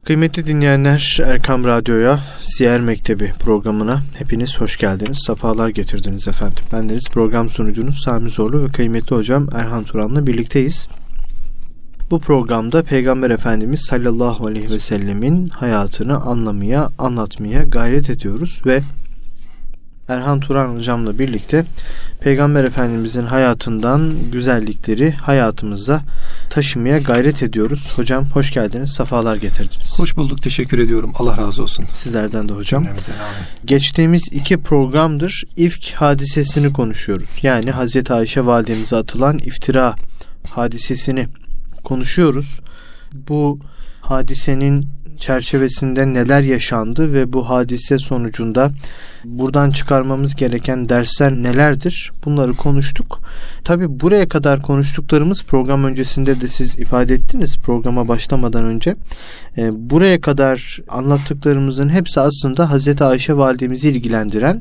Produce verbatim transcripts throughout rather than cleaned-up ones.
Kıymetli dinleyenler, Erkam Radyo'ya, Siyer Mektebi programına hepiniz hoş geldiniz, sefalar getirdiniz efendim. Bendeniz program sunucunuz Sami Zorlu ve kıymetli hocam Erhan Turan'la birlikteyiz. Bu programda Peygamber Efendimiz sallallahu aleyhi ve sellemin hayatını anlamaya, anlatmaya gayret ediyoruz ve Erhan Turan hocamla birlikte Peygamber Efendimizin hayatından güzellikleri hayatımıza taşımaya gayret ediyoruz. Hocam hoş geldiniz, sefalar getirdiniz. Hoş bulduk, teşekkür ediyorum. Allah razı olsun. Sizlerden de hocam. Geçtiğimiz iki programdır ifk hadisesini konuşuyoruz. Yani Hazreti Ayşe validemize atılan iftira hadisesini konuşuyoruz. Bu hadisenin çerçevesinde neler yaşandı ve bu hadise sonucunda buradan çıkarmamız gereken dersler nelerdir? Bunları konuştuk. Tabii buraya kadar konuştuklarımız, program öncesinde de siz ifade ettiniz programa başlamadan önce. E, buraya kadar anlattıklarımızın hepsi aslında Hazreti Ayşe validemizi ilgilendiren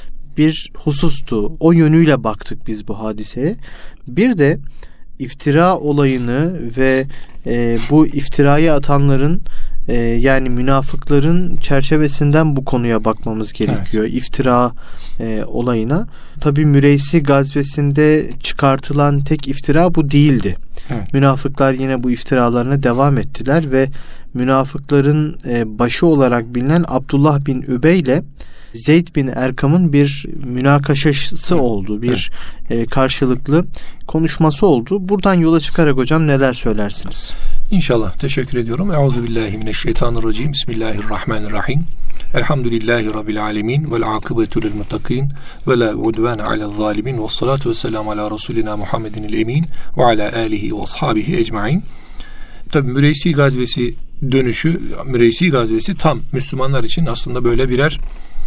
bir husustu. O yönüyle baktık biz bu hadiseye. Bir de iftira olayını ve e, bu iftirayı atanların e, yani münafıkların çerçevesinden bu konuya bakmamız gerekiyor. Evet. İftira e, olayına. Tabii Müreysi gazvesinde çıkartılan tek iftira bu değildi. Evet. Münafıklar yine bu iftiralarına devam ettiler ve münafıkların e, başı olarak bilinen Abdullah bin Übey ile Zeyd bin Erkam'ın bir münakaşası oldu. Bir evet. e, karşılıklı konuşması oldu. Buradan yola çıkarak hocam neler söylersiniz? İnşallah. Teşekkür ediyorum. Euzubillahimineşşeytanirracim. Bismillahirrahmanirrahim. Elhamdülillahi Rabbil alemin. Vel akıbetu lil muttakin. Ve la udvane alel zalimin. Ve salatu ve selamu ala Resulina Muhammedinil emin. Ve ala alihi ve ashabihi ecmain. Tabi Müreysi gazvesi dönüşü, Müreysi gazvesi tam Müslümanlar için aslında böyle birer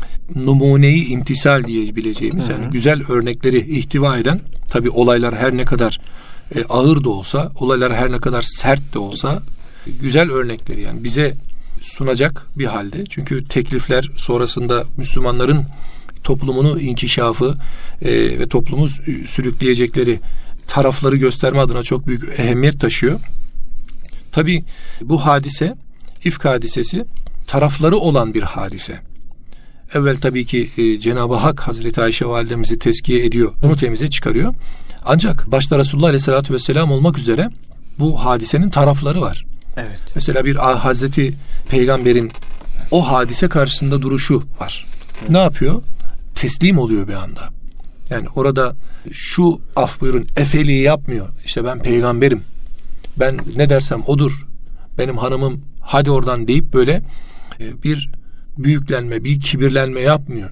numuneyi imtisal diyebileceğimiz, yani güzel örnekleri ihtiva eden, tabi olaylar her ne kadar e, ağır da olsa, olaylar her ne kadar sert de olsa güzel örnekleri yani bize sunacak bir halde. Çünkü teklifler sonrasında Müslümanların toplumunu inkişafı e, ve toplumu sürükleyecekleri tarafları gösterme adına çok büyük ehemmiyet taşıyor. Tabi bu hadise, ifk hadisesi tarafları olan bir hadise. Evvel tabii ki e, Cenab-ı Hak Hazreti Ayşe validemizi tezkiye ediyor. Onu temize çıkarıyor. Ancak başta Resulullah Aleyhisselatü Vesselam olmak üzere bu hadisenin tarafları var. Evet. Mesela bir Hazreti Peygamber'in o hadise karşısında duruşu var. Evet. Ne yapıyor? Teslim oluyor bir anda. Yani orada şu af buyurun efeliği yapmıyor. İşte ben peygamberim. Ben ne dersem odur. Benim hanımım hadi oradan deyip böyle e, bir büyüklenme, bir kibirlenme yapmıyor.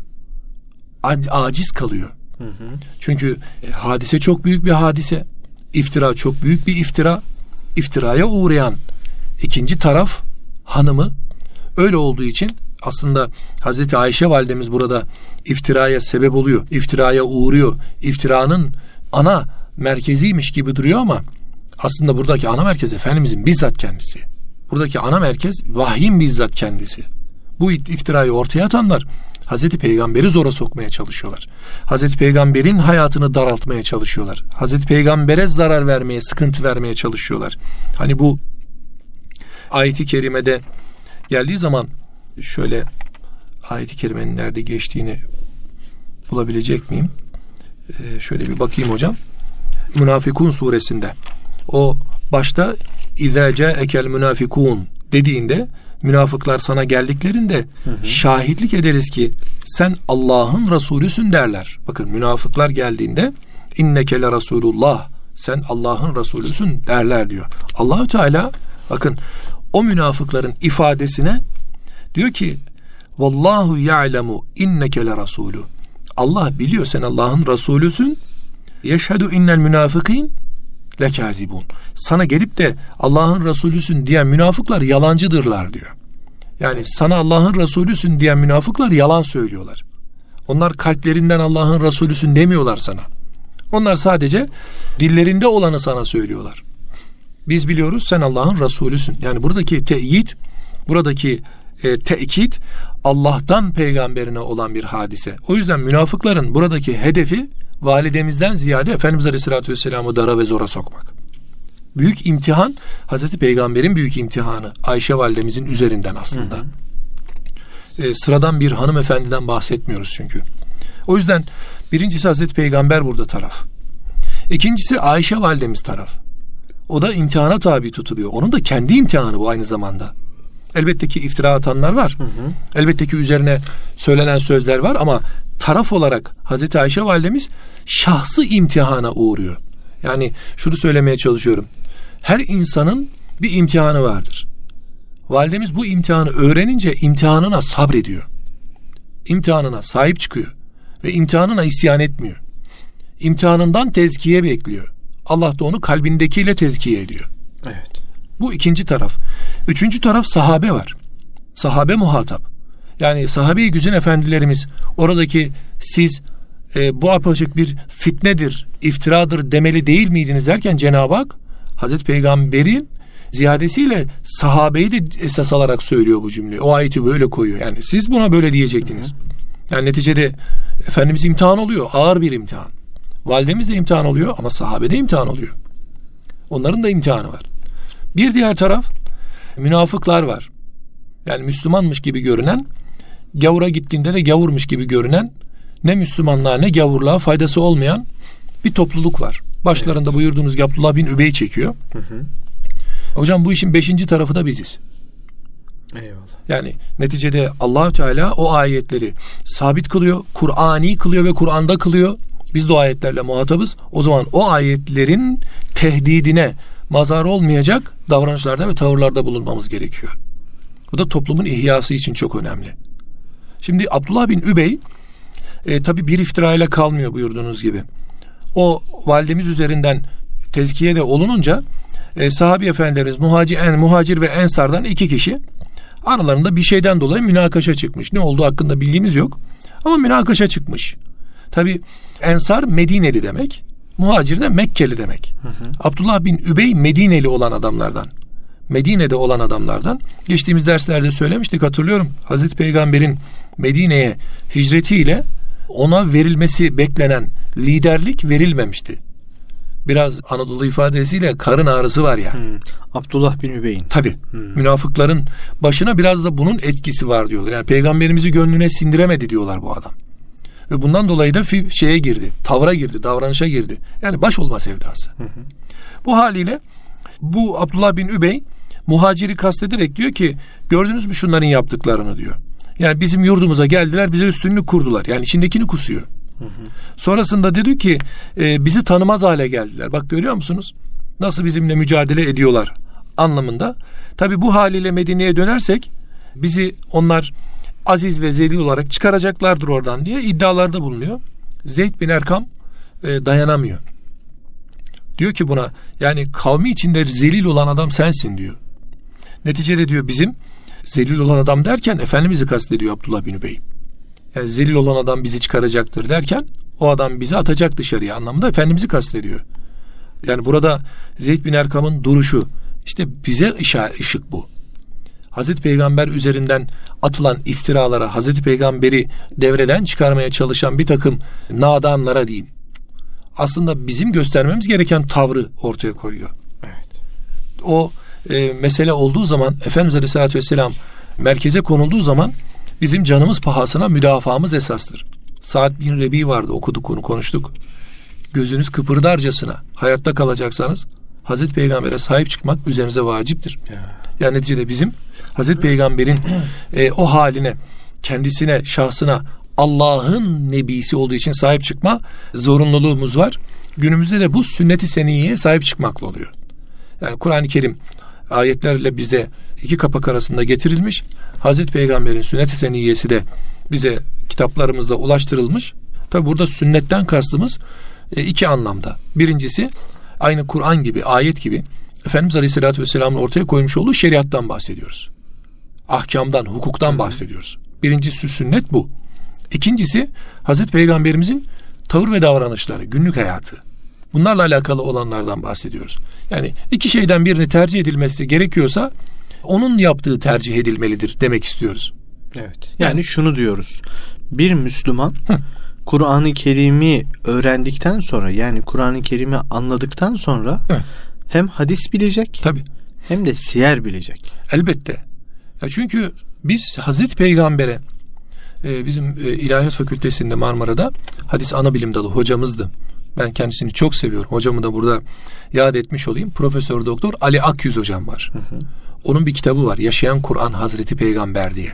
Aciz kalıyor. Hı hı. Çünkü e, hadise çok büyük bir hadise. İftira çok büyük bir iftira. İftiraya uğrayan ikinci taraf hanımı. Öyle olduğu için aslında Hazreti Ayşe validemiz burada iftiraya sebep oluyor. İftiraya uğruyor. İftiranın ana merkeziymiş gibi duruyor ama aslında buradaki ana merkez Efendimizin bizzat kendisi. Buradaki ana merkez vahyin bizzat kendisi. Bu iftirayı ortaya atanlar Hazreti Peygamber'i zora sokmaya çalışıyorlar. Hazreti Peygamber'in hayatını daraltmaya çalışıyorlar. Hazreti Peygamber'e zarar vermeye, sıkıntı vermeye çalışıyorlar. Hani bu ayet-i kerimede geldiği zaman şöyle ayet-i kerimenin nerede geçtiğini bulabilecek miyim? Ee, şöyle bir bakayım hocam. Münafikun suresinde o başta İzâ câekel münafikûn dediğinde münafıklar sana geldiklerinde hı hı. şahitlik ederiz ki sen Allah'ın Resulüsün derler. Bakın münafıklar geldiğinde inneke le Resulullah, sen Allah'ın Resulüsün derler diyor. Allahü Teala bakın o münafıkların ifadesine diyor ki vallahu ya'lemu inneke le Resulü. Allah biliyor sen Allah'ın Resulüsün. Yeşhedü innel münafıkîn lekâzibûn. Sana gelip de Allah'ın Resulüsün diyen münafıklar yalancıdırlar diyor. Yani sana Allah'ın Resulüsün diyen münafıklar yalan söylüyorlar. Onlar kalplerinden Allah'ın Resulüsün demiyorlar sana. Onlar sadece dillerinde olanı sana söylüyorlar. Biz biliyoruz sen Allah'ın Resulüsün. Yani buradaki teyit, buradaki e, tekit Allah'tan peygamberine olan bir hadise. O yüzden münafıkların buradaki hedefi validemizden ziyade Efendimiz Aleyhisselatü Vesselam'ı dara ve zora sokmak. büyük imtihan Hazreti Peygamber'in büyük imtihanı Ayşe validemizin üzerinden aslında. Hı hı. E, sıradan bir hanımefendiden bahsetmiyoruz çünkü. O yüzden birincisi Hazreti Peygamber burada taraf. İkincisi Ayşe validemiz taraf. O da imtihana tabi tutuluyor. Onun da kendi imtihanı bu aynı zamanda. Elbette ki iftira atanlar var. Hı hı. Elbette ki üzerine söylenen sözler var ama taraf olarak Hazreti Ayşe validemiz şahsı imtihana uğruyor. Yani şunu söylemeye çalışıyorum. Her insanın bir imtihanı vardır. Validemiz bu imtihanı öğrenince imtihanına sabrediyor. İmtihanına sahip çıkıyor. Ve imtihanına isyan etmiyor. İmtihanından tezkiye bekliyor. Allah da onu kalbindekiyle tezkiye ediyor. Evet. Bu ikinci taraf. Üçüncü taraf sahabe var. Sahabe muhatap. Yani sahabe-i güzin efendilerimiz oradaki siz e, bu apaçık bir fitnedir, iftiradır demeli değil miydiniz derken Cenab-ı Hak Hazreti Peygamber'in ziyadesiyle sahabeyi de esas alarak söylüyor bu cümleyi. O ayeti böyle koyuyor. Yani siz buna böyle diyecektiniz. Hı hı. Yani neticede Efendimiz imtihan oluyor. Ağır bir imtihan. Validemiz de imtihan oluyor ama sahabe de imtihan oluyor. Onların da imtihanı var. Bir diğer taraf münafıklar var. Yani Müslümanmış gibi görünen, gavura gittiğinde de gavurmuş gibi görünen, ne Müslümanlığa ne gavurluğa faydası olmayan bir topluluk var. Başlarında evet. buyurduğunuz gibi Abdullah bin Übey çekiyor. Hı hı. Hocam bu işin beşinci tarafı da biziz. Eyvallah. Yani neticede Allahü Teala o ayetleri sabit kılıyor, Kur'ani kılıyor ve Kur'an'da kılıyor. Biz de o ayetlerle muhatabız. O zaman o ayetlerin tehdidine mazhar olmayacak davranışlarda ve tavırlarda bulunmamız gerekiyor. Bu da toplumun ihyası için çok önemli. Şimdi Abdullah bin Übey e, tabi bir iftirayla kalmıyor buyurduğunuz gibi. O validemiz üzerinden tezkiye de olununca e, sahabi efendilerimiz muhacir, en, muhacir ve ensardan iki kişi aralarında bir şeyden dolayı münakaşa çıkmış. Ne olduğu hakkında bilgimiz yok. Ama münakaşa çıkmış. Tabi ensar Medineli demek. Muhacir de Mekkeli demek. Hı hı. Abdullah bin Übey Medineli olan adamlardan. Medine'de olan adamlardan. Geçtiğimiz derslerde söylemiştik, hatırlıyorum. Hazreti Peygamber'in Medine'ye hicretiyle ona verilmesi beklenen liderlik verilmemişti. Biraz Anadolu ifadesiyle karın ağrısı var yani. Hmm. Abdullah bin Übey'in. Tabii. Hmm. Münafıkların başına biraz da bunun etkisi var diyorlar. Yani Peygamberimizi gönlüne sindiremedi diyorlar bu adam. Ve bundan dolayı da şeye girdi, tavra girdi, davranışa girdi. Yani baş olma sevdası. Hı hı. Bu haliyle bu Abdullah bin Übey muhaciri kastederek diyor ki, gördünüz mü şunların yaptıklarını diyor. Yani bizim yurdumuza geldiler, bize üstünlük kurdular. Yani içindekini kusuyor. Hı hı. Sonrasında dedi ki e, bizi tanımaz hale geldiler. Bak görüyor musunuz? Nasıl bizimle mücadele ediyorlar anlamında. Tabi bu haliyle Medine'ye dönersek bizi onlar aziz ve zelil olarak çıkaracaklardır oradan diye iddialarda bulunuyor. Zeyd bin Erkam e, dayanamıyor. Diyor ki buna, yani kavmi içinde zelil olan adam sensin diyor. Neticede diyor bizim zelil olan adam derken Efendimiz'i kastediyor Abdullah bin Übey. Yani zelil olan adam bizi çıkaracaktır derken o adam bizi atacak dışarıya anlamında Efendimiz'i kastediyor. Yani burada Zeyd bin Erkam'ın duruşu, işte bize ışık bu. Hazreti Peygamber üzerinden atılan iftiralara, Hazreti Peygamber'i devreden çıkarmaya çalışan bir takım nadanlara diyeyim, aslında bizim göstermemiz gereken tavrı ortaya koyuyor. Evet. O e, mesele olduğu zaman, Efendimiz Aleyhisselatü Vesselam merkeze konulduğu zaman bizim canımız pahasına müdafaamız esastır. Sa'd bin Rebi vardı, okuduk onu, konuştuk. Gözünüz kıpırdarcasına hayatta kalacaksanız Hazreti Peygamber'e sahip çıkmak üzerinize vaciptir. Ya. Yani neticede bizim Hazreti Peygamber'in e, o haline, kendisine, şahsına Allah'ın nebisi olduğu için sahip çıkma zorunluluğumuz var. Günümüzde de bu sünnet-i seniyyeye sahip çıkmakla oluyor. Yani Kur'an-ı Kerim ayetlerle bize iki kapak arasında getirilmiş. Hazreti Peygamber'in sünnet-i seniyyesi de bize kitaplarımızda ulaştırılmış. Tabi burada sünnetten kastımız e, iki anlamda. Birincisi aynı Kur'an gibi, ayet gibi Efendimiz Aleyhisselatü Vesselam'ın ortaya koymuş olduğu şeriattan bahsediyoruz. Ahkamdan, hukuktan bahsediyoruz. Birincisi sünnet bu. İkincisi Hazreti Peygamberimizin tavır ve davranışları, günlük hayatı. Bunlarla alakalı olanlardan bahsediyoruz. Yani iki şeyden birini tercih edilmesi gerekiyorsa onun yaptığı tercih edilmelidir demek istiyoruz. Evet. Yani, yani şunu diyoruz. Bir Müslüman Hı. Kur'an-ı Kerim'i öğrendikten sonra, yani Kur'an-ı Kerim'i anladıktan sonra Hı. Hem hadis bilecek. Tabii. Hem de siyer bilecek. Elbette. Ya çünkü biz Hazreti Peygamber'e e, bizim e, İlahiyat Fakültesi'nde Marmara'da hadis ana bilim dalı hocamızdı. Ben kendisini çok seviyorum. Hocamı da burada yad etmiş olayım. Profesör Doktor Ali Akyüz hocam var. Hı hı. Onun bir kitabı var. Yaşayan Kur'an Hazreti Peygamber diye.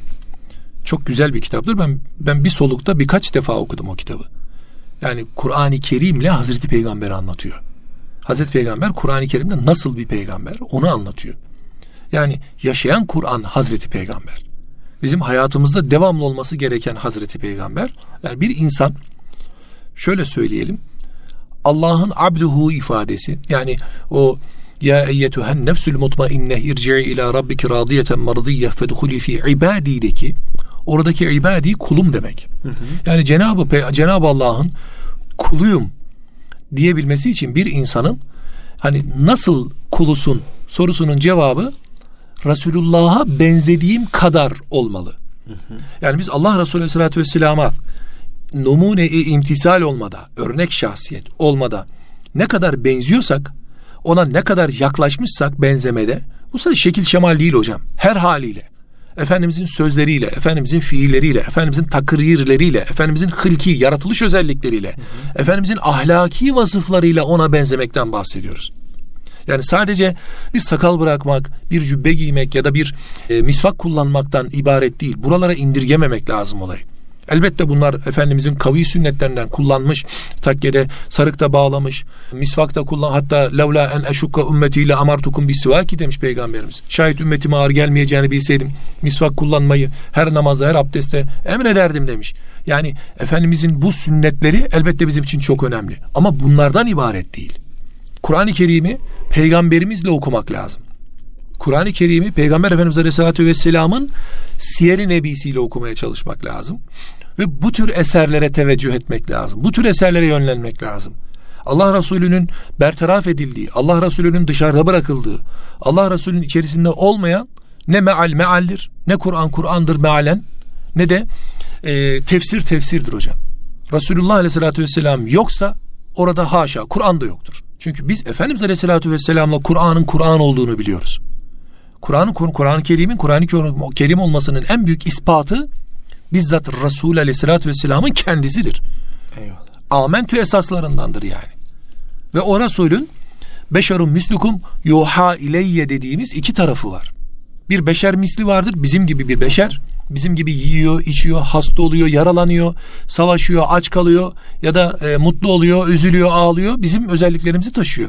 Çok güzel bir kitaptır. Ben ben bir solukta birkaç defa okudum o kitabı. Yani Kur'an-ı Kerim'le Hazreti Peygamber'i anlatıyor. Hazreti Peygamber Kur'an-ı Kerim'de nasıl bir peygamber onu anlatıyor. Yani yaşayan Kur'an Hazreti Peygamber. Bizim hayatımızda devamlı olması gereken Hazreti Peygamber. Yani bir insan şöyle söyleyelim. Allah'ın abduhu ifadesi, yani o ya eyyetühen nefsül mutmainne irci'i ila rabbiki radiyeten mardiyye fedhuli fi ibadideki, oradaki ibadi kulum demek. Hı hı. Yani Cenab-ı Cenab-ı Allah'ın kuluyum diyebilmesi için bir insanın hani nasıl kulusun sorusunun cevabı Resulullah'a benzediğim kadar olmalı. Hı hı. Yani biz Allah Resulü Aleyhisselatü Vesselam'a numune-i imtisal olmada, örnek şahsiyet olmada ne kadar benziyorsak, ona ne kadar yaklaşmışsak benzemede, bu sadece şekil şemal değil hocam. Her haliyle, Efendimizin sözleriyle, Efendimizin fiilleriyle, Efendimizin takrirleriyle, Efendimizin hılki, yaratılış özellikleriyle, hı hı. Efendimizin ahlaki vasıflarıyla ona benzemekten bahsediyoruz. Yani sadece bir sakal bırakmak, bir cübbe giymek ya da bir e, misvak kullanmaktan ibaret değil. Buralara indirgememek lazım olayı. Elbette bunlar Efendimizin kavi sünnetlerinden kullanmış, takkede sarıkta bağlamış, misvakta kullan, hatta levla en eşukka ümmetiyle amartukum bisvaki demiş Peygamberimiz. Şayet ümmetime ağır gelmeyeceğini bilseydim misvak kullanmayı her namazda, her abdestte emrederdim demiş. Yani Efendimizin bu sünnetleri elbette bizim için çok önemli. Ama bunlardan ibaret değil. Kur'an-ı Kerim'i Peygamberimizle okumak lazım. Kur'an-ı Kerim'i Peygamber Efendimiz Aleyhisselatü Vesselam'ın Siyer-i Nebisiyle okumaya çalışmak lazım. Ve bu tür eserlere teveccüh etmek lazım. Bu tür eserlere yönlenmek lazım. Allah Resulü'nün bertaraf edildiği, Allah Resulü'nün dışarıda bırakıldığı, Allah Resulü'nün içerisinde olmayan ne meal mealdir, ne Kur'an Kur'an'dır mealen, ne de e, tefsir tefsirdir hocam. Resulullah Aleyhisselatü Vesselam yoksa orada haşa Kur'an da yoktur. Çünkü biz Efendimiz Aleyhisselatü Vesselam'la Kur'an'ın Kur'an olduğunu biliyoruz. Kur'an'ın Kur'an-ı Kerim'in Kur'an-ı Kerim olmasının en büyük ispatı bizzat Resul Aleyhisselatü Vesselam'ın kendisidir. Eyvallah. Amentü esaslarındandır yani. Ve o Resulün beşerun mislukum yuha ileyye dediğimiz iki tarafı var. Bir beşer misli vardır, bizim gibi bir beşer. Bizim gibi yiyor, içiyor, hasta oluyor, yaralanıyor, savaşıyor, aç kalıyor ya da e, mutlu oluyor, üzülüyor, ağlıyor. Bizim özelliklerimizi taşıyor.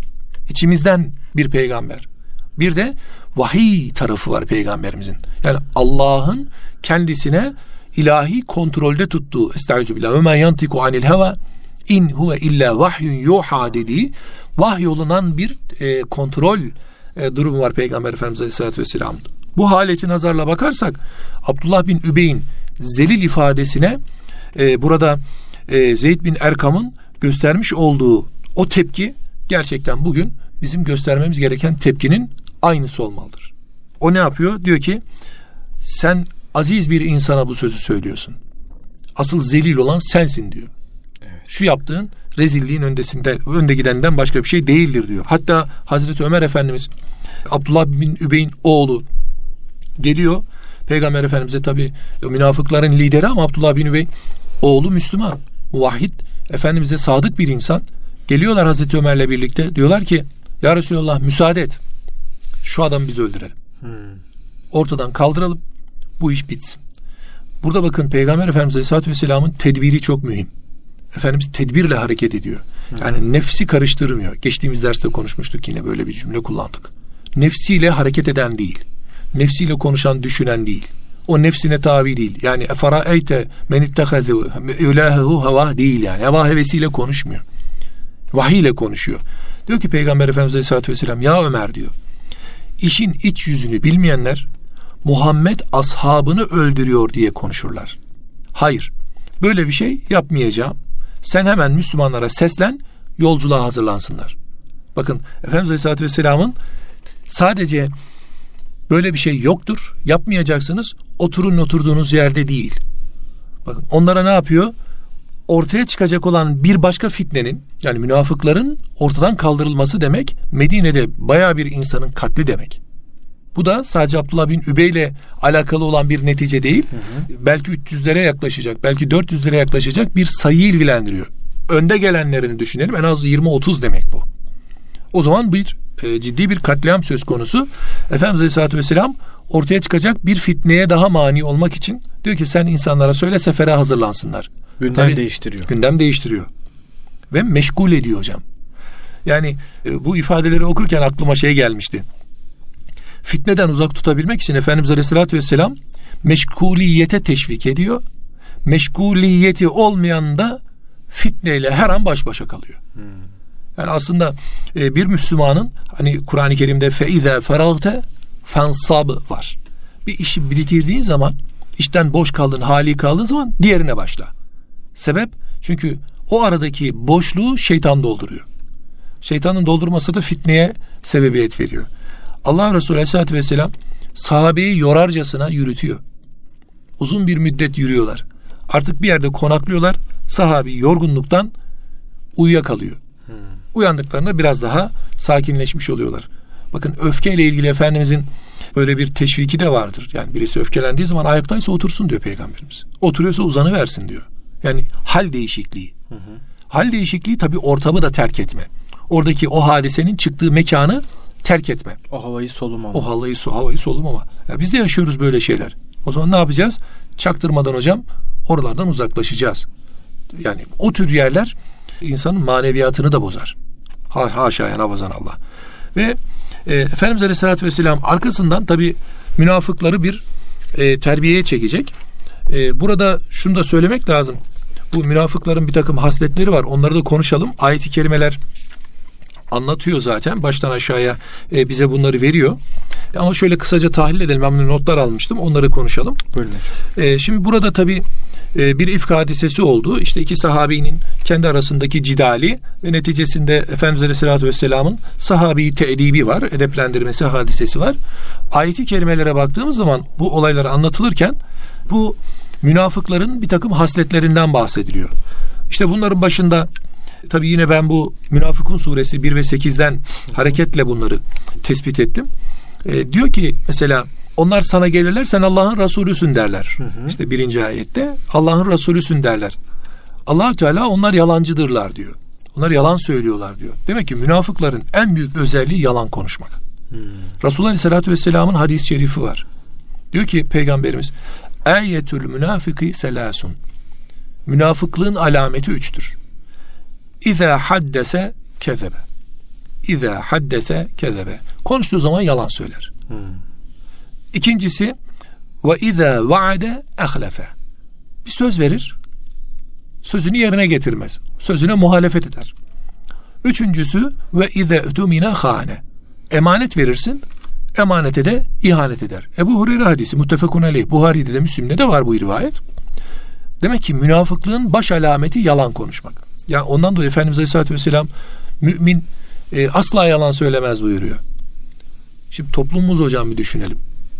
İçimizden bir peygamber. Bir de vahiy tarafı var peygamberimizin. Yani Allah'ın kendisine ilahi kontrolde tuttuğu, estağfirullah ve ma yantiku anil heva in huve illa vahyun yuha dediği vahyolunan bir e, kontrol e, durumu var Peygamber Efendimiz Aleyhisselatü Vesselam. Bu haleti nazarla bakarsak Abdullah bin Übey'in zelil ifadesine e, burada e, Zeyd bin Erkam'ın göstermiş olduğu o tepki gerçekten bugün bizim göstermemiz gereken tepkinin aynısı olmalıdır. O ne yapıyor? Diyor ki sen aziz bir insana bu sözü söylüyorsun. Asıl zelil olan sensin diyor. Evet. Şu yaptığın rezilliğin öndesinde, önde gidenden başka bir şey değildir diyor. Hatta Hazreti Ömer Efendimiz Abdullah bin Übey'in oğlu geliyor. Peygamber Efendimiz'e tabi münafıkların lideri ama Abdullah bin Übey oğlu Müslüman, muvahhid, Efendimiz'e sadık bir insan. Geliyorlar Hazreti Ömer'le birlikte. Diyorlar ki ya Resulallah müsaade et. Şu adamı biz öldürelim. Hmm. Ortadan kaldıralım. Bu iş bitsin. Burada bakın Peygamber Efendimiz Aleyhisselatü Vesselam'ın tedbiri çok mühim. Efendimiz tedbirle hareket ediyor. Yani hmm. nefsi karıştırmıyor. Geçtiğimiz derste konuşmuştuk, yine böyle bir cümle kullandık. Nefsiyle hareket eden değil. Nefsiyle konuşan, düşünen değil. O nefsine tabi değil. Yani efaraeyte men ittehazu ilahehu hava değil yani. Heva hevesiyle konuşmuyor. Vahiy ile konuşuyor. Diyor ki Peygamber Efendimiz Aleyhisselatü Vesselam ya Ömer diyor. İşin iç yüzünü bilmeyenler Muhammed ashabını öldürüyor diye konuşurlar. Hayır. Böyle bir şey yapmayacağım. Sen hemen Müslümanlara seslen, yolculuğa hazırlansınlar. Bakın Efendimiz Aleyhisselatü Vesselam'ın sadece böyle bir şey yoktur, yapmayacaksınız, oturun oturduğunuz yerde değil. Bakın onlara ne yapıyor? ortaya çıkacak olan bir başka fitnenin, yani münafıkların ortadan kaldırılması demek, Medine'de bayağı bir insanın katli demek. Bu da sadece Abdullah bin Übey ile alakalı olan bir netice değil. Hı hı. Belki üç yüzlere yaklaşacak, belki dört yüzlere yaklaşacak bir sayıyı ilgilendiriyor. Önde gelenlerini düşünelim, en az yirmi otuz demek bu. O zaman bir e, ciddi bir katliam söz konusu. Efendimiz Aleyhisselatü Vesselam ortaya çıkacak bir fitneye daha mani olmak için diyor ki sen insanlara söyle, sefere hazırlansınlar. Gündem Tabii, değiştiriyor. Gündem değiştiriyor. Ve meşgul ediyor hocam. Yani e, bu ifadeleri okurken aklıma şey gelmişti. Fitneden uzak tutabilmek için Efendimiz Aleyhisselatü Vesselam meşguliyete teşvik ediyor. Meşguliyeti olmayan da fitneyle her an baş başa kalıyor. Hmm. Yani aslında e, bir Müslümanın hani Kur'an-ı Kerim'de feize feragte fensab var. Bir işi bitirdiğin zaman, işten boş kaldığın, hali kaldığın zaman diğerine başla. Sebep? Çünkü o aradaki boşluğu şeytan dolduruyor. Şeytanın doldurması da fitneye sebebiyet veriyor. Allah Resulü Aleyhisselatü Vesselam sahabeyi yorarcasına yürütüyor. Uzun bir müddet yürüyorlar. Artık bir yerde konaklıyorlar. Sahabi yorgunluktan uyuyakalıyor. Hmm. Uyandıklarında biraz daha sakinleşmiş oluyorlar. Bakın öfkeyle ilgili Efendimizin böyle bir teşviki de vardır. Yani birisi öfkelendiği zaman ayaktaysa otursun diyor Peygamberimiz. Oturuyorsa uzanıversin diyor. Yani hal değişikliği. Hı hı. Hal değişikliği tabii ortamı da terk etme. Oradaki o hadisenin çıktığı mekanı terk etme. O havayı solumama. O havayı, havayı solumama. Ya biz de yaşıyoruz böyle şeyler. O zaman ne yapacağız? Çaktırmadan hocam oralardan uzaklaşacağız. Yani o tür yerler insanın maneviyatını da bozar. Ha, haşa yani havazan Allah. Ve e, Efendimiz Aleyhisselatü Vesselam arkasından tabii münafıkları bir e, terbiyeye çekecek. E, burada şunu da söylemek lazım. Bu münafıkların bir takım hasletleri var. Onları da konuşalım. Ayet-i kerimeler anlatıyor zaten. Baştan aşağıya e, bize bunları veriyor. Ama şöyle kısaca tahlil edelim. Ben bunu notlar almıştım. Onları konuşalım. Buyurun. E, şimdi burada tabii e, bir ifk hadisesi oldu. İşte iki sahabinin kendi arasındaki cidali ve neticesinde Efendimiz Aleyhisselatü Vesselam'ın sahabi te'dibi var. Edeplendirmesi hadisesi var. Ayet-i kerimelere baktığımız zaman bu olaylar anlatılırken bu münafıkların bir takım hasletlerinden bahsediliyor. İşte bunların başında tabii yine ben bu Münafıkun suresi bir ve sekizden hareketle bunları tespit ettim. E, diyor ki mesela onlar sana gelirler, sen Allah'ın Resulüsün derler. Hı hı. İşte birinci ayette Allah'ın Resulüsün derler. Allah-u Teala onlar yalancıdırlar diyor. Onlar yalan söylüyorlar diyor. Demek ki münafıkların en büyük özelliği yalan konuşmak. Hı. Resulullah Aleyhisselatü Vesselam'ın hadis-i şerifi var. Diyor ki Peygamberimiz Ayetül münafiki selasun. Münafıklığın alameti üçtür. İza haddese kezebe. İza haddese kezebe. Konuştuğu zaman yalan söyler. Hmm. İkincisi ve iza vaade ahlefe. Bir söz verir, sözünü yerine getirmez. Sözüne muhalefet eder. Üçüncüsü ve iza ütumine hane. Emanet verirsin, emanete de ihanet eder. Ebu Hureyre hadisi muttefekun aleyh. Buhari'de de Müslim'de de var bu rivayet. Demek ki münafıklığın baş alameti yalan konuşmak. Ya ondan dolayı Efendimiz Aleyhisselatü Vesselam mümin e, asla yalan söylemez buyuruyor. Şimdi toplumumuz hocam bir düşünelim.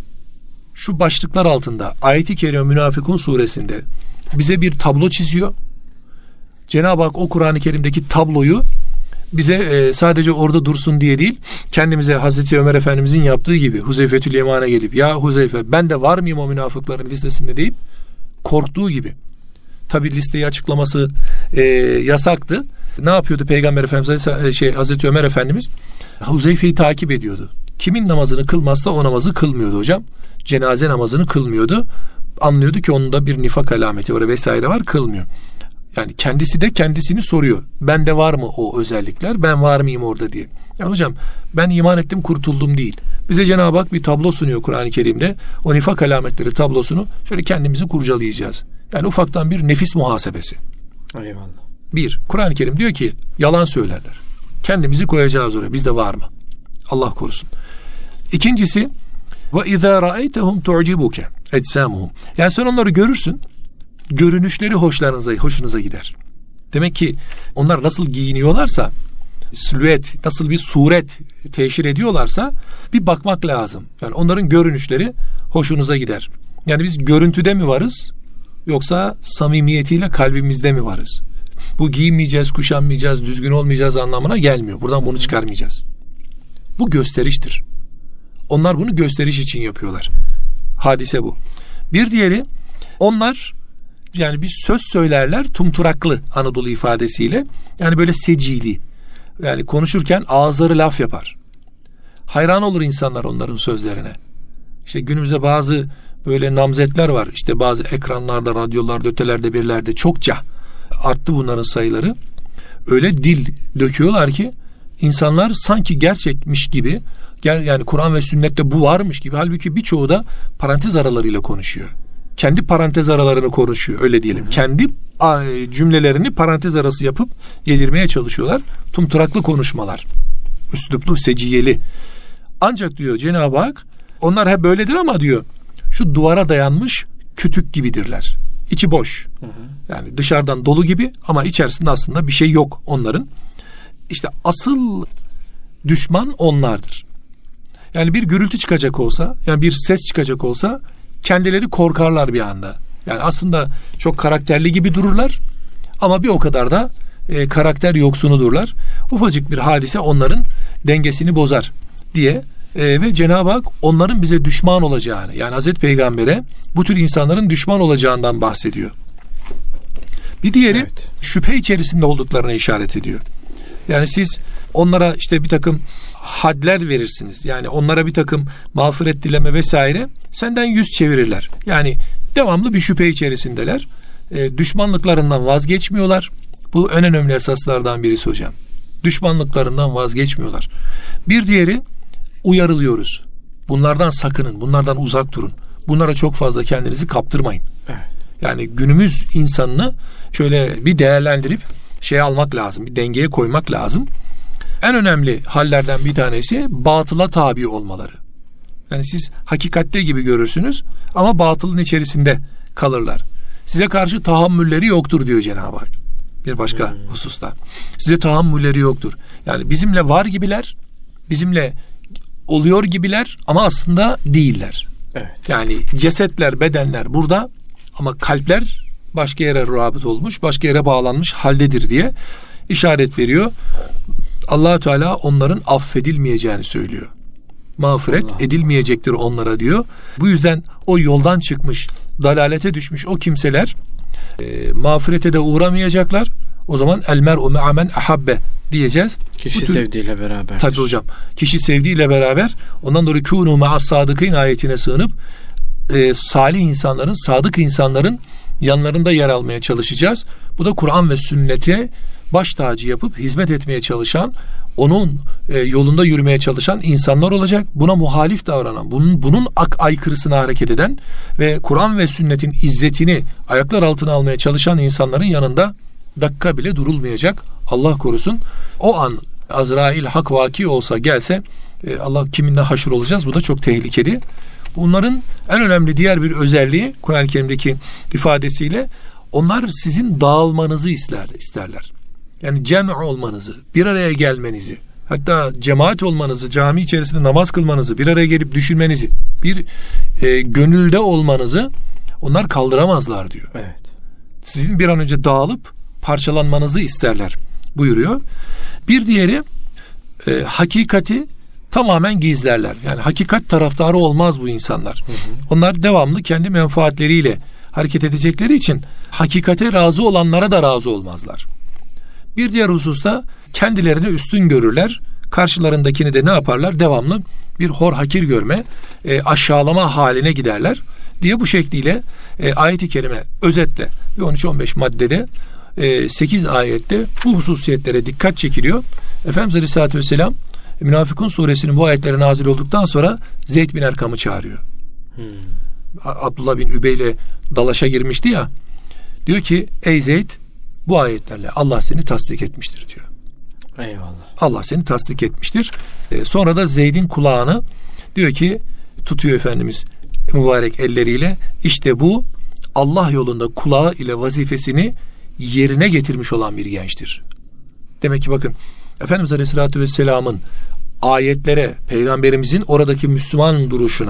Şu başlıklar altında ayet-i kerime Münafıkun suresinde bize bir tablo çiziyor. Cenab-ı Hak o Kur'an-ı Kerim'deki tabloyu bize e, sadece orada dursun diye değil, kendimize Hazreti Ömer Efendimizin yaptığı gibi Huzeyfetül Yeman'a gelip ya Huzeyfe ben de var mıyım o münafıkların listesinde deyip korktuğu gibi. Tabi listeyi açıklaması e, yasaktı. Ne yapıyordu Peygamber Efendimiz şey Hazreti Ömer Efendimiz? Huzeyfe'yi takip ediyordu. Kimin namazını kılmazsa o namazı kılmıyordu hocam. Cenaze namazını kılmıyordu. Anlıyordu ki onun da bir nifak alameti var vesaire var, kılmıyor. Yani kendisi de kendisini soruyor. Bende var mı o özellikler? Ben var mıyım orada diye. Yani hocam ben iman ettim kurtuldum değil. Bize Cenab-ı Hak bir tablo sunuyor Kur'an-ı Kerim'de. O nifak alametleri tablosunu şöyle kendimizi kurcalayacağız. Yani ufaktan bir nefis muhasebesi. Eyvallah. Bir, Kur'an-ı Kerim diyor ki yalan söylerler. Kendimizi koyacağız oraya. Bizde var mı? Allah korusun. İkincisi ve izâ ra'eytehum tu'cibuke ecsamuhum. Yani sen onları görürsün. Görünüşleri hoşlarınıza, hoşunuza gider. Demek ki onlar nasıl giyiniyorlarsa, silüet, nasıl bir suret teşhir ediyorlarsa bir bakmak lazım. Yani onların görünüşleri hoşunuza gider. Yani biz görüntüde mi varız yoksa samimiyetiyle kalbimizde mi varız? Bu giyinmeyeceğiz, kuşanmayacağız, düzgün olmayacağız anlamına gelmiyor. Buradan bunu çıkarmayacağız. Bu gösteriştir. Onlar bunu gösteriş için yapıyorlar. Hadise bu. Bir diğeri, onlar yani bir söz söylerler tumturaklı Anadolu ifadesiyle. Yani böyle secili. Yani konuşurken ağızları laf yapar. Hayran olur insanlar onların sözlerine. İşte günümüzde bazı böyle namzetler var. İşte bazı ekranlarda, radyolarda, ötelerde, birlerde çokça arttı bunların sayıları. Öyle dil döküyorlar ki insanlar sanki gerçekmiş gibi, yani Kur'an ve sünnette bu varmış gibi, halbuki birçoğu da parantez aralarıyla konuşuyor. Kendi parantez aralarını konuşuyor, öyle diyelim. Hı hı. Kendi cümlelerini parantez arası yapıp yedirmeye çalışıyorlar. Tumturaklı konuşmalar. Üsluplu, seciyeli. Ancak diyor Cenab-ı Hak, onlar hep böyledir ama diyor, şu duvara dayanmış kütük gibidirler. İçi boş. Hı hı. Yani dışarıdan dolu gibi ama içerisinde aslında bir şey yok onların. İşte asıl düşman onlardır. Yani bir gürültü çıkacak olsa, yani bir ses çıkacak olsa kendileri korkarlar bir anda. Yani aslında çok karakterli gibi dururlar ama bir o kadar da e, karakter yoksunudurlar. Ufacık bir hadise onların dengesini bozar diye e, ve Cenab-ı Hak onların bize düşman olacağını, yani Hazreti Peygamber'e bu tür insanların düşman olacağından bahsediyor. Bir diğeri evet. şüphe içerisinde olduklarına işaret ediyor. Yani siz onlara işte bir takım hadler verirsiniz. Yani onlara bir takım mağfiret dileme vesaire, senden yüz çevirirler. Yani devamlı bir şüphe içerisindeler. E, düşmanlıklarından vazgeçmiyorlar. Bu en önemli esaslardan birisi hocam. Düşmanlıklarından vazgeçmiyorlar. Bir diğeri, uyarılıyoruz. Bunlardan sakının, bunlardan uzak durun. Bunlara çok fazla kendinizi kaptırmayın. Evet. Yani günümüz insanını şöyle bir değerlendirip şey almak lazım, bir dengeye koymak lazım. En önemli hallerden bir tanesi batıla tabi olmaları. Yani siz hakikatte gibi görürsünüz ama batılın içerisinde kalırlar. Size karşı tahammülleri yoktur diyor Cenab-ı Hak. Bir başka hmm. hususta. Size tahammülleri yoktur. Yani bizimle var gibiler, bizimle oluyor gibiler ama aslında değiller. Evet. Yani cesetler, bedenler burada ama kalpler başka yere rabıt olmuş, başka yere bağlanmış haldedir diye işaret veriyor. Allah Teala onların affedilmeyeceğini söylüyor. Mağfiret Allah edilmeyecektir onlara diyor. Bu yüzden o yoldan çıkmış, dalalete düşmüş o kimseler e, mağfirete de uğramayacaklar. O zaman el mer'u me'a men ahabbe diyeceğiz. Kişi tür, sevdiğiyle beraber. Tabii hocam. Kişi sevdiğiyle beraber. Ondan dolayı kûnû me'as sadıkîn ayetine sığınıp e, salih insanların, sadık insanların yanlarında yer almaya çalışacağız. Bu da Kur'an ve sünnete baş tacı yapıp hizmet etmeye çalışan, onun e, yolunda yürümeye çalışan insanlar olacak. Buna muhalif davranan, bunun bunun ak aykırısına hareket eden ve Kur'an ve sünnetin izzetini ayaklar altına almaya çalışan insanların yanında dakika bile durulmayacak. Allah korusun. O an Azrail hak vaki olsa, gelse e, Allah kiminle haşır olacağız. Bu da çok tehlikeli. Bunların en önemli diğer bir özelliği, Kur'an-ı Kerim'deki ifadesiyle, onlar sizin dağılmanızı ister, isterler. Yani cem' olmanızı, bir araya gelmenizi, hatta cemaat olmanızı, cami içerisinde namaz kılmanızı, bir araya gelip düşünmenizi, bir e, gönülde olmanızı onlar kaldıramazlar diyor. Evet. Sizin bir an önce dağılıp parçalanmanızı isterler buyuruyor. Bir diğeri e, hakikati tamamen gizlerler. Yani hakikat taraftarı olmaz bu insanlar. Hı hı. Onlar devamlı kendi menfaatleriyle hareket edecekleri için hakikate razı olanlara da razı olmazlar. Bir diğer hususta kendilerini üstün görürler. Karşılarındakini de ne yaparlar? Devamlı bir hor hakir görme, e, aşağılama haline giderler diye bu şekliyle e, ayet-i kerime özetle bir on üç on beş maddede e, sekiz ayette bu hususiyetlere dikkat çekiliyor. Efendimiz Aleyhisselatü Vesselam Münafıkun suresinin bu ayetleri nazil olduktan sonra Zeyd bin Erkam'ı çağırıyor. Hmm. Abdullah bin Übey ile dalaşa girmişti ya. Diyor ki ey Zeyd, bu ayetlerle Allah seni tasdik etmiştir diyor. Eyvallah. Allah seni tasdik etmiştir. Ee, sonra da Zeyd'in kulağını diyor ki tutuyor Efendimiz mübarek elleriyle. İşte bu Allah yolunda kulağı ile vazifesini yerine getirmiş olan bir gençtir. Demek ki bakın Efendimiz Aleyhisselatü Vesselam'ın ayetlere, Peygamberimizin oradaki Müslüman duruşuna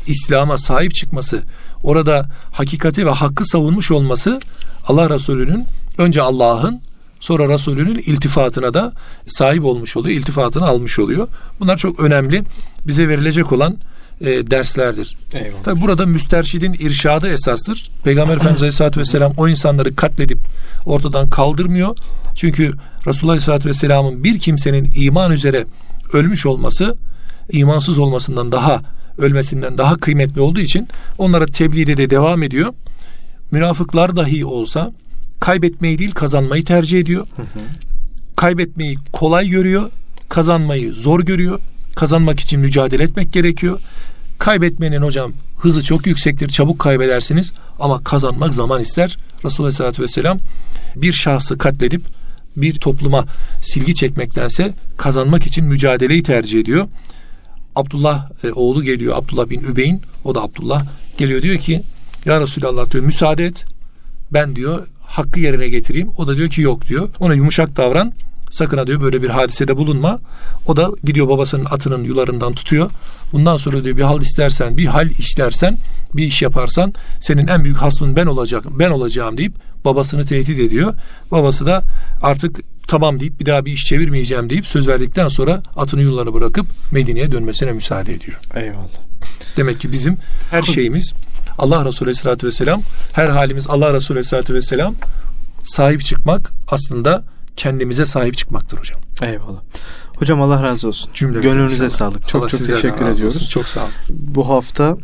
İslam'a sahip çıkması, orada hakikati ve hakkı savunmuş olması Allah Resulü'nün, önce Allah'ın sonra Resulü'nün iltifatına da sahip olmuş oluyor, iltifatını almış oluyor. Bunlar çok önemli, bize verilecek olan e, derslerdir. Eyvallah. Tabi burada müsterşidin irşadı esastır. Peygamber Efendimiz Aleyhisselatü Vesselam o insanları katledip ortadan kaldırmıyor. Çünkü Resulullah Aleyhisselatü Vesselam'ın bir kimsenin iman üzere ölmüş olması, imansız olmasından daha, ölmesinden daha kıymetli olduğu için onlara tebliğde de devam ediyor. Münafıklar dahi olsa kaybetmeyi değil kazanmayı tercih ediyor. Hı hı. Kaybetmeyi kolay görüyor, kazanmayı zor görüyor. Kazanmak için mücadele etmek gerekiyor. Kaybetmenin hocam hızı çok yüksektir, çabuk kaybedersiniz ama kazanmak zaman ister. Resulullah Aleyhisselatü Vesselam bir şahsı katledip bir topluma silgi çekmektense kazanmak için mücadeleyi tercih ediyor. Abdullah e, oğlu geliyor, Abdullah bin Übeyn, o da Abdullah geliyor, diyor ki ya Resulallah diyor, müsaade et, ben diyor hakkı yerine getireyim. O da diyor ki yok diyor, ona yumuşak davran, sakın ha diyor böyle bir hadisede bulunma. O da gidiyor babasının atının yularından tutuyor. Bundan sonra diyor bir hal istersen, bir hal işlersen, bir iş yaparsan senin en büyük hasmın ben olacağım, ben olacağım deyip babasını tehdit ediyor. Babası da artık tamam deyip bir daha bir iş çevirmeyeceğim deyip söz verdikten sonra atının yollarını bırakıp Medine'ye dönmesine müsaade ediyor. Eyvallah. Demek ki bizim her şeyimiz Allah Resulü Aleyhisselatü Vesselam, her halimiz Allah Resulü Aleyhisselatü Vesselam, sahip çıkmak aslında kendimize sahip çıkmaktır hocam. Eyvallah. Hocam Allah razı olsun. Cümlemize Gönlünüze inşallah. sağlık. Çok Allah çok teşekkür ediyoruz. Olsun. Çok sağ olun. Bu hafta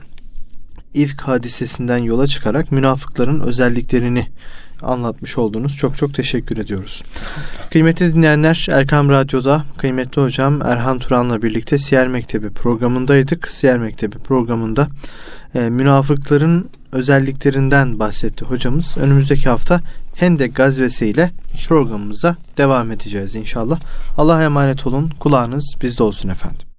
İfk hadisesinden yola çıkarak münafıkların özelliklerini anlatmış oldunuz. Çok çok teşekkür ediyoruz. Kıymetli dinleyenler, Erkam Radyo'da kıymetli hocam Erhan Turan'la birlikte Siyer Mektebi programındaydık. Siyer Mektebi programında e, münafıkların özelliklerinden bahsetti hocamız. Önümüzdeki hafta Hendek gazvesiyle programımıza devam edeceğiz inşallah. Allah'a emanet olun. Kulağınız bizde olsun efendim.